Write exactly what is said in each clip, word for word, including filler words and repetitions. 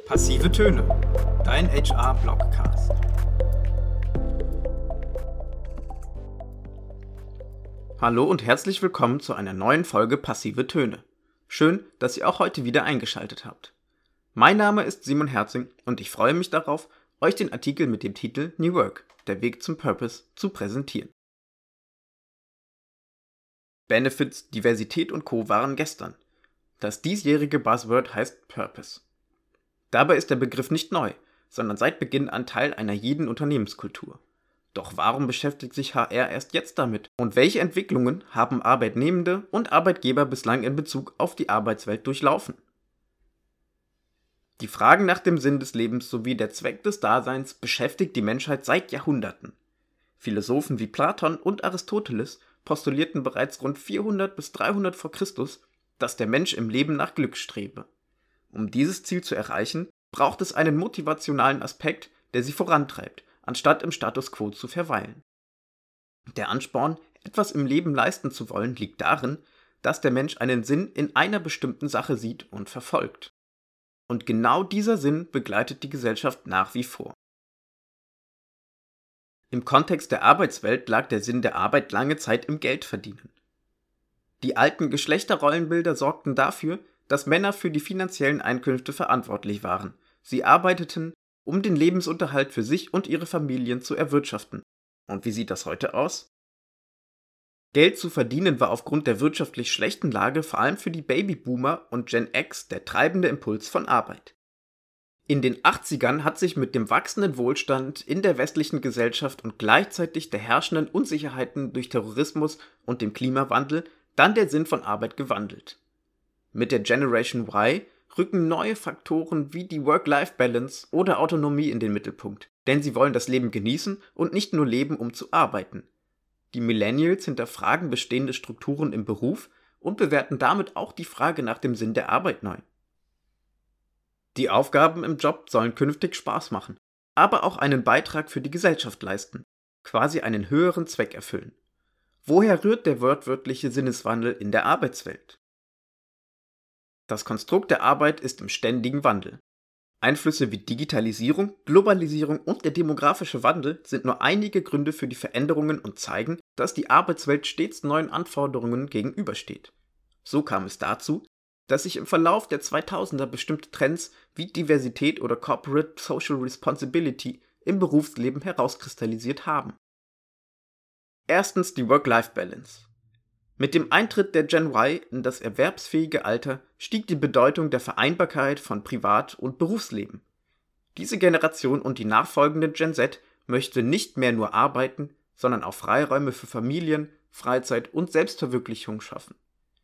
Passive Töne, dein H R-Blogcast. Hallo und herzlich willkommen zu einer neuen Folge Passive Töne. Schön, dass ihr auch heute wieder eingeschaltet habt. Mein Name ist Simon Herzing und ich freue mich darauf, euch den Artikel mit dem Titel New Work, der Weg zum Purpose zu präsentieren. Benefits, Diversität und Co. waren gestern. Das diesjährige Buzzword heißt Purpose. Dabei ist der Begriff nicht neu, sondern seit Beginn an Teil einer jeden Unternehmenskultur. Doch warum beschäftigt sich H R erst jetzt damit? Und welche Entwicklungen haben Arbeitnehmende und Arbeitgeber bislang in Bezug auf die Arbeitswelt durchlaufen? Die Fragen nach dem Sinn des Lebens sowie der Zweck des Daseins beschäftigt die Menschheit seit Jahrhunderten. Philosophen wie Platon und Aristoteles postulierten bereits rund vierhundert bis dreihundert vor Christus, dass der Mensch im Leben nach Glück strebe. Um dieses Ziel zu erreichen, braucht es einen motivationalen Aspekt, der sie vorantreibt, anstatt im Status quo zu verweilen. Der Ansporn, etwas im Leben leisten zu wollen, liegt darin, dass der Mensch einen Sinn in einer bestimmten Sache sieht und verfolgt. Und genau dieser Sinn begleitet die Gesellschaft nach wie vor. Im Kontext der Arbeitswelt lag der Sinn der Arbeit lange Zeit im Geldverdienen. Die alten Geschlechterrollenbilder sorgten dafür, dass Männer für die finanziellen Einkünfte verantwortlich waren. Sie arbeiteten, um den Lebensunterhalt für sich und ihre Familien zu erwirtschaften. Und wie sieht das heute aus? Geld zu verdienen war aufgrund der wirtschaftlich schlechten Lage vor allem für die Babyboomer und Gen X der treibende Impuls von Arbeit. In den achtzigern hat sich mit dem wachsenden Wohlstand in der westlichen Gesellschaft und gleichzeitig der herrschenden Unsicherheiten durch Terrorismus und dem Klimawandel dann der Sinn von Arbeit gewandelt. Mit der Generation Y rücken neue Faktoren wie die Work-Life-Balance oder Autonomie in den Mittelpunkt, denn sie wollen das Leben genießen und nicht nur leben, um zu arbeiten. Die Millennials hinterfragen bestehende Strukturen im Beruf und bewerten damit auch die Frage nach dem Sinn der Arbeit neu. Die Aufgaben im Job sollen künftig Spaß machen, aber auch einen Beitrag für die Gesellschaft leisten, quasi einen höheren Zweck erfüllen. Woher rührt der wortwörtliche Sinneswandel in der Arbeitswelt? Das Konstrukt der Arbeit ist im ständigen Wandel. Einflüsse wie Digitalisierung, Globalisierung und der demografische Wandel sind nur einige Gründe für die Veränderungen und zeigen, dass die Arbeitswelt stets neuen Anforderungen gegenübersteht. So kam es dazu, dass sich im Verlauf der zweitausender bestimmte Trends wie Diversität oder Corporate Social Responsibility im Berufsleben herauskristallisiert haben. Erstens die Work-Life-Balance. Mit dem Eintritt der Gen Y in das erwerbsfähige Alter stieg die Bedeutung der Vereinbarkeit von Privat- und Berufsleben. Diese Generation und die nachfolgende Gen Z möchte nicht mehr nur arbeiten, sondern auch Freiräume für Familien, Freizeit und Selbstverwirklichung schaffen.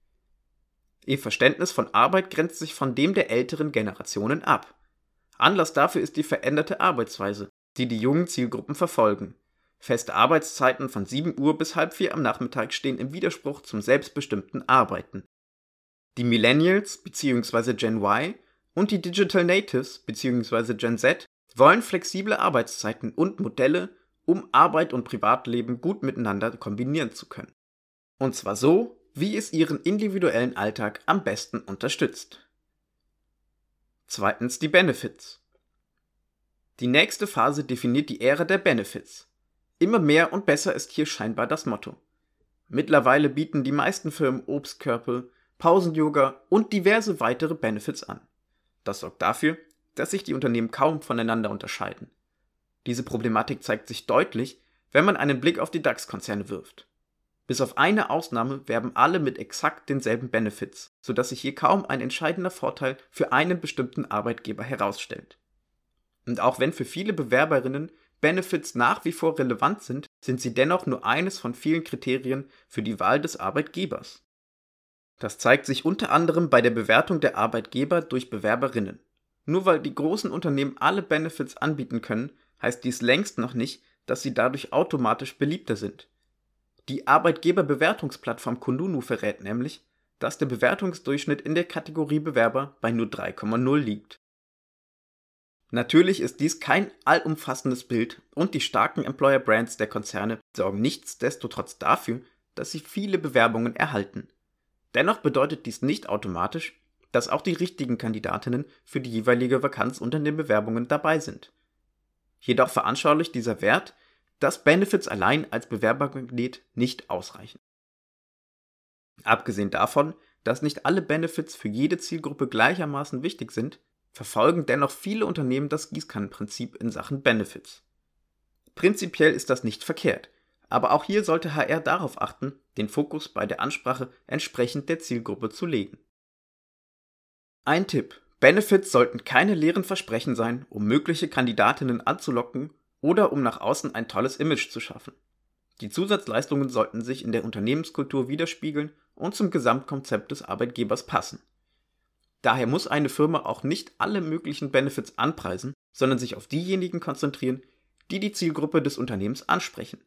Ihr Verständnis von Arbeit grenzt sich von dem der älteren Generationen ab. Anlass dafür ist die veränderte Arbeitsweise, die die jungen Zielgruppen verfolgen. Feste Arbeitszeiten von sieben Uhr bis halb vier am Nachmittag stehen im Widerspruch zum selbstbestimmten Arbeiten. Die Millennials bzw. Gen Y und die Digital Natives bzw. Gen Z wollen flexible Arbeitszeiten und Modelle, um Arbeit und Privatleben gut miteinander kombinieren zu können. Und zwar so, wie es ihren individuellen Alltag am besten unterstützt. Zweitens die Benefits. Die nächste Phase definiert die Ära der Benefits. Immer mehr und besser ist hier scheinbar das Motto. Mittlerweile bieten die meisten Firmen Obstkörbe, Pausen-Yoga und diverse weitere Benefits an. Das sorgt dafür, dass sich die Unternehmen kaum voneinander unterscheiden. Diese Problematik zeigt sich deutlich, wenn man einen Blick auf die DAX-Konzerne wirft. Bis auf eine Ausnahme werben alle mit exakt denselben Benefits, sodass sich hier kaum ein entscheidender Vorteil für einen bestimmten Arbeitgeber herausstellt. Und auch wenn für viele Bewerberinnen Benefits nach wie vor relevant sind, sind sie dennoch nur eines von vielen Kriterien für die Wahl des Arbeitgebers. Das zeigt sich unter anderem bei der Bewertung der Arbeitgeber durch Bewerberinnen. Nur weil die großen Unternehmen alle Benefits anbieten können, heißt dies längst noch nicht, dass sie dadurch automatisch beliebter sind. Die Arbeitgeberbewertungsplattform Kununu verrät nämlich, dass der Bewertungsdurchschnitt in der Kategorie Bewerber bei nur drei Komma null liegt. Natürlich ist dies kein allumfassendes Bild und die starken Employer Brands der Konzerne sorgen nichtsdestotrotz dafür, dass sie viele Bewerbungen erhalten. Dennoch bedeutet dies nicht automatisch, dass auch die richtigen Kandidatinnen für die jeweilige Vakanz unter den Bewerbungen dabei sind. Jedoch veranschaulicht dieser Wert, dass Benefits allein als Bewerbermagnet nicht ausreichen. Abgesehen davon, dass nicht alle Benefits für jede Zielgruppe gleichermaßen wichtig sind, verfolgen dennoch viele Unternehmen das Gießkannenprinzip in Sachen Benefits. Prinzipiell ist das nicht verkehrt, aber auch hier sollte H R darauf achten, den Fokus bei der Ansprache entsprechend der Zielgruppe zu legen. Ein Tipp: Benefits sollten keine leeren Versprechen sein, um mögliche Kandidatinnen anzulocken oder um nach außen ein tolles Image zu schaffen. Die Zusatzleistungen sollten sich in der Unternehmenskultur widerspiegeln und zum Gesamtkonzept des Arbeitgebers passen. Daher muss eine Firma auch nicht alle möglichen Benefits anpreisen, sondern sich auf diejenigen konzentrieren, die die Zielgruppe des Unternehmens ansprechen.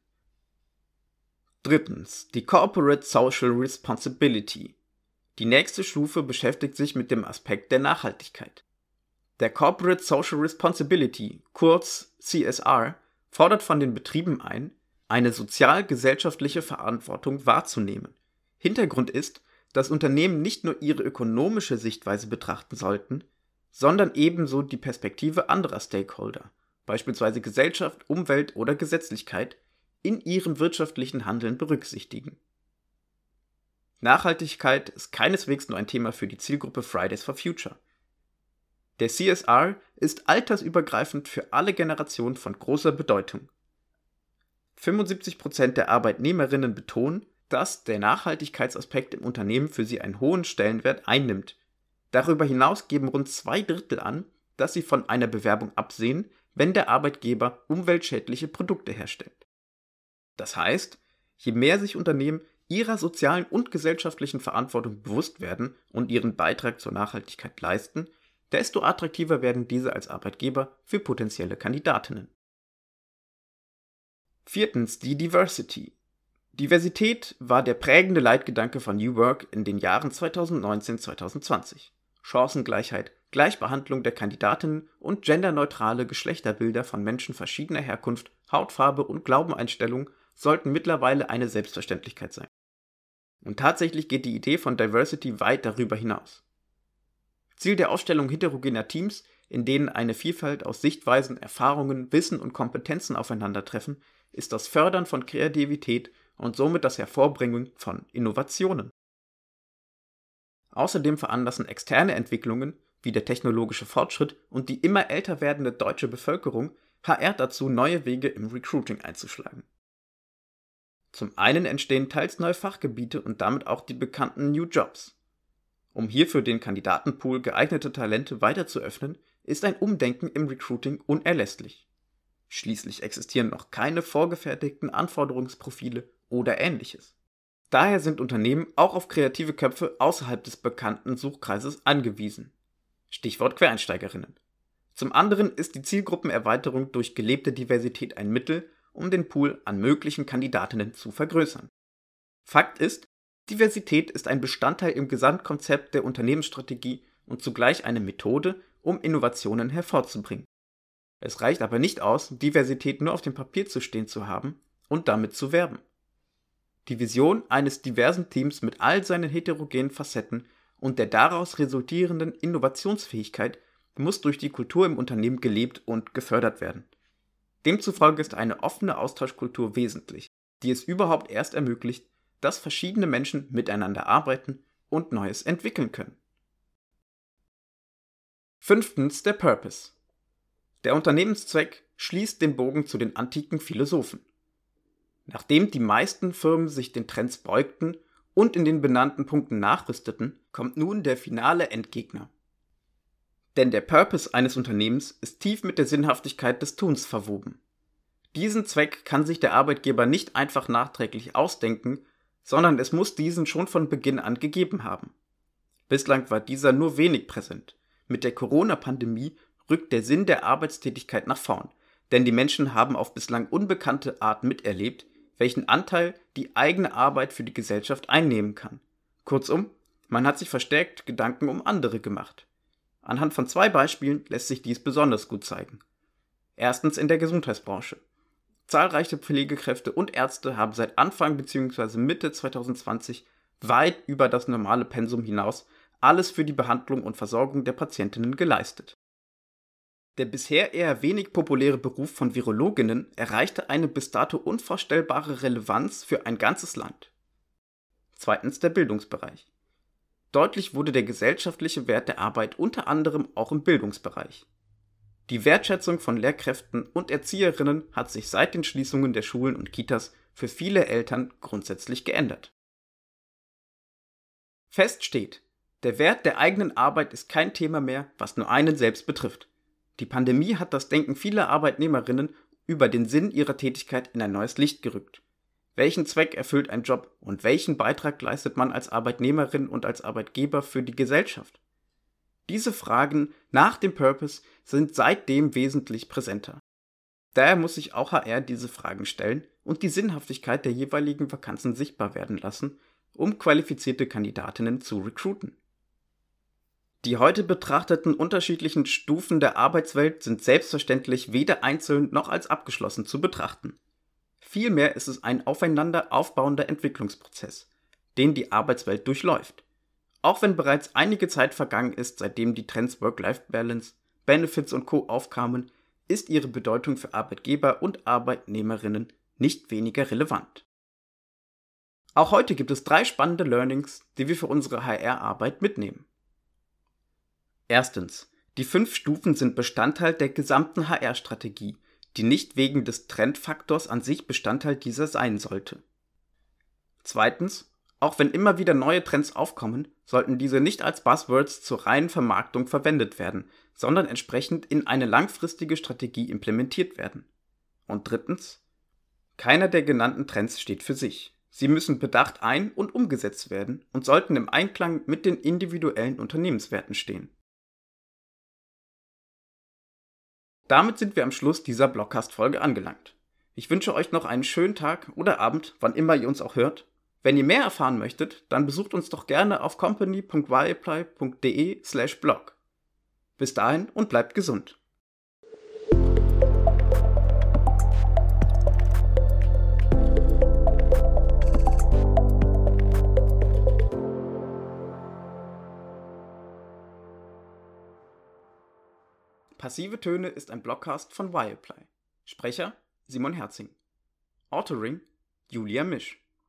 Drittens, die Corporate Social Responsibility. Die nächste Stufe beschäftigt sich mit dem Aspekt der Nachhaltigkeit. Der Corporate Social Responsibility, kurz C S R, fordert von den Betrieben ein, eine sozial-gesellschaftliche Verantwortung wahrzunehmen. Hintergrund ist, dass Unternehmen nicht nur ihre ökonomische Sichtweise betrachten sollten, sondern ebenso die Perspektive anderer Stakeholder, beispielsweise Gesellschaft, Umwelt oder Gesetzlichkeit, in ihrem wirtschaftlichen Handeln berücksichtigen. Nachhaltigkeit ist keineswegs nur ein Thema für die Zielgruppe Fridays for Future. Der C S R ist altersübergreifend für alle Generationen von großer Bedeutung. fünfundsiebzig Prozent der Arbeitnehmerinnen betonen, dass der Nachhaltigkeitsaspekt im Unternehmen für sie einen hohen Stellenwert einnimmt. Darüber hinaus geben rund zwei Drittel an, dass sie von einer Bewerbung absehen, wenn der Arbeitgeber umweltschädliche Produkte herstellt. Das heißt, je mehr sich Unternehmen ihrer sozialen und gesellschaftlichen Verantwortung bewusst werden und ihren Beitrag zur Nachhaltigkeit leisten, desto attraktiver werden diese als Arbeitgeber für potenzielle Kandidatinnen. Viertens, die Diversity. Diversität war der prägende Leitgedanke von New Work in den Jahren zweitausendneunzehn bis zweitausendzwanzig. Chancengleichheit, Gleichbehandlung der Kandidatinnen und genderneutrale Geschlechterbilder von Menschen verschiedener Herkunft, Hautfarbe und Glaubeneinstellung sollten mittlerweile eine Selbstverständlichkeit sein. Und tatsächlich geht die Idee von Diversity weit darüber hinaus. Ziel der Aufstellung heterogener Teams, in denen eine Vielfalt aus Sichtweisen, Erfahrungen, Wissen und Kompetenzen aufeinandertreffen, ist das Fördern von Kreativität und somit das Hervorbringen von Innovationen. Außerdem veranlassen externe Entwicklungen, wie der technologische Fortschritt und die immer älter werdende deutsche Bevölkerung, H R dazu, neue Wege im Recruiting einzuschlagen. Zum einen entstehen teils neue Fachgebiete und damit auch die bekannten New Jobs. Um hierfür den Kandidatenpool geeignete Talente weiter zu öffnen, ist ein Umdenken im Recruiting unerlässlich. Schließlich existieren noch keine vorgefertigten Anforderungsprofile oder Ähnliches. Daher sind Unternehmen auch auf kreative Köpfe außerhalb des bekannten Suchkreises angewiesen. Stichwort Quereinsteigerinnen. Zum anderen ist die Zielgruppenerweiterung durch gelebte Diversität ein Mittel, um den Pool an möglichen Kandidatinnen zu vergrößern. Fakt ist, Diversität ist ein Bestandteil im Gesamtkonzept der Unternehmensstrategie und zugleich eine Methode, um Innovationen hervorzubringen. Es reicht aber nicht aus, Diversität nur auf dem Papier zu stehen zu haben und damit zu werben. Die Vision eines diversen Teams mit all seinen heterogenen Facetten und der daraus resultierenden Innovationsfähigkeit muss durch die Kultur im Unternehmen gelebt und gefördert werden. Demzufolge ist eine offene Austauschkultur wesentlich, die es überhaupt erst ermöglicht, dass verschiedene Menschen miteinander arbeiten und Neues entwickeln können. Fünftens, der Purpose. Der Unternehmenszweck schließt den Bogen zu den antiken Philosophen. Nachdem die meisten Firmen sich den Trends beugten und in den benannten Punkten nachrüsteten, kommt nun der finale Endgegner. Denn der Purpose eines Unternehmens ist tief mit der Sinnhaftigkeit des Tuns verwoben. Diesen Zweck kann sich der Arbeitgeber nicht einfach nachträglich ausdenken, sondern es muss diesen schon von Beginn an gegeben haben. Bislang war dieser nur wenig präsent. Mit der Corona-Pandemie rückt der Sinn der Arbeitstätigkeit nach vorn, denn die Menschen haben auf bislang unbekannte Art miterlebt, welchen Anteil die eigene Arbeit für die Gesellschaft einnehmen kann. Kurzum, man hat sich verstärkt Gedanken um andere gemacht. Anhand von zwei Beispielen lässt sich dies besonders gut zeigen. Erstens in der Gesundheitsbranche. Zahlreiche Pflegekräfte und Ärzte haben seit Anfang bzw. Mitte zweitausendzwanzig weit über das normale Pensum hinaus alles für die Behandlung und Versorgung der Patientinnen geleistet. Der bisher eher wenig populäre Beruf von Virologinnen erreichte eine bis dato unvorstellbare Relevanz für ein ganzes Land. Zweitens der Bildungsbereich. Deutlich wurde der gesellschaftliche Wert der Arbeit unter anderem auch im Bildungsbereich. Die Wertschätzung von Lehrkräften und Erzieherinnen hat sich seit den Schließungen der Schulen und Kitas für viele Eltern grundsätzlich geändert. Fest steht, der Wert der eigenen Arbeit ist kein Thema mehr, was nur einen selbst betrifft. Die Pandemie hat das Denken vieler Arbeitnehmerinnen über den Sinn ihrer Tätigkeit in ein neues Licht gerückt. Welchen Zweck erfüllt ein Job und welchen Beitrag leistet man als Arbeitnehmerin und als Arbeitgeber für die Gesellschaft? Diese Fragen nach dem Purpose sind seitdem wesentlich präsenter. Daher muss sich auch H R diese Fragen stellen und die Sinnhaftigkeit der jeweiligen Vakanzen sichtbar werden lassen, um qualifizierte Kandidatinnen zu recruiten. Die heute betrachteten unterschiedlichen Stufen der Arbeitswelt sind selbstverständlich weder einzeln noch als abgeschlossen zu betrachten. Vielmehr ist es ein aufeinander aufbauender Entwicklungsprozess, den die Arbeitswelt durchläuft. Auch wenn bereits einige Zeit vergangen ist, seitdem die Trends Work-Life-Balance, Benefits und Co. aufkamen, ist ihre Bedeutung für Arbeitgeber und Arbeitnehmerinnen nicht weniger relevant. Auch heute gibt es drei spannende Learnings, die wir für unsere H R-Arbeit mitnehmen. Erstens. Die fünf Stufen sind Bestandteil der gesamten H R-Strategie, die nicht wegen des Trendfaktors an sich Bestandteil dieser sein sollte. Zweitens. Auch wenn immer wieder neue Trends aufkommen, sollten diese nicht als Buzzwords zur reinen Vermarktung verwendet werden, sondern entsprechend in eine langfristige Strategie implementiert werden. Und drittens. Keiner der genannten Trends steht für sich. Sie müssen bedacht ein- und umgesetzt werden und sollten im Einklang mit den individuellen Unternehmenswerten stehen. Damit sind wir am Schluss dieser Blogcast-Folge angelangt. Ich wünsche euch noch einen schönen Tag oder Abend, wann immer ihr uns auch hört. Wenn ihr mehr erfahren möchtet, dann besucht uns doch gerne auf company punkt wireapply punkt de slash blog. Bis dahin und bleibt gesund. Passive Töne ist ein Blogcast von Wireapply. Sprecher Simon Herzing. Authoring Julia Misch.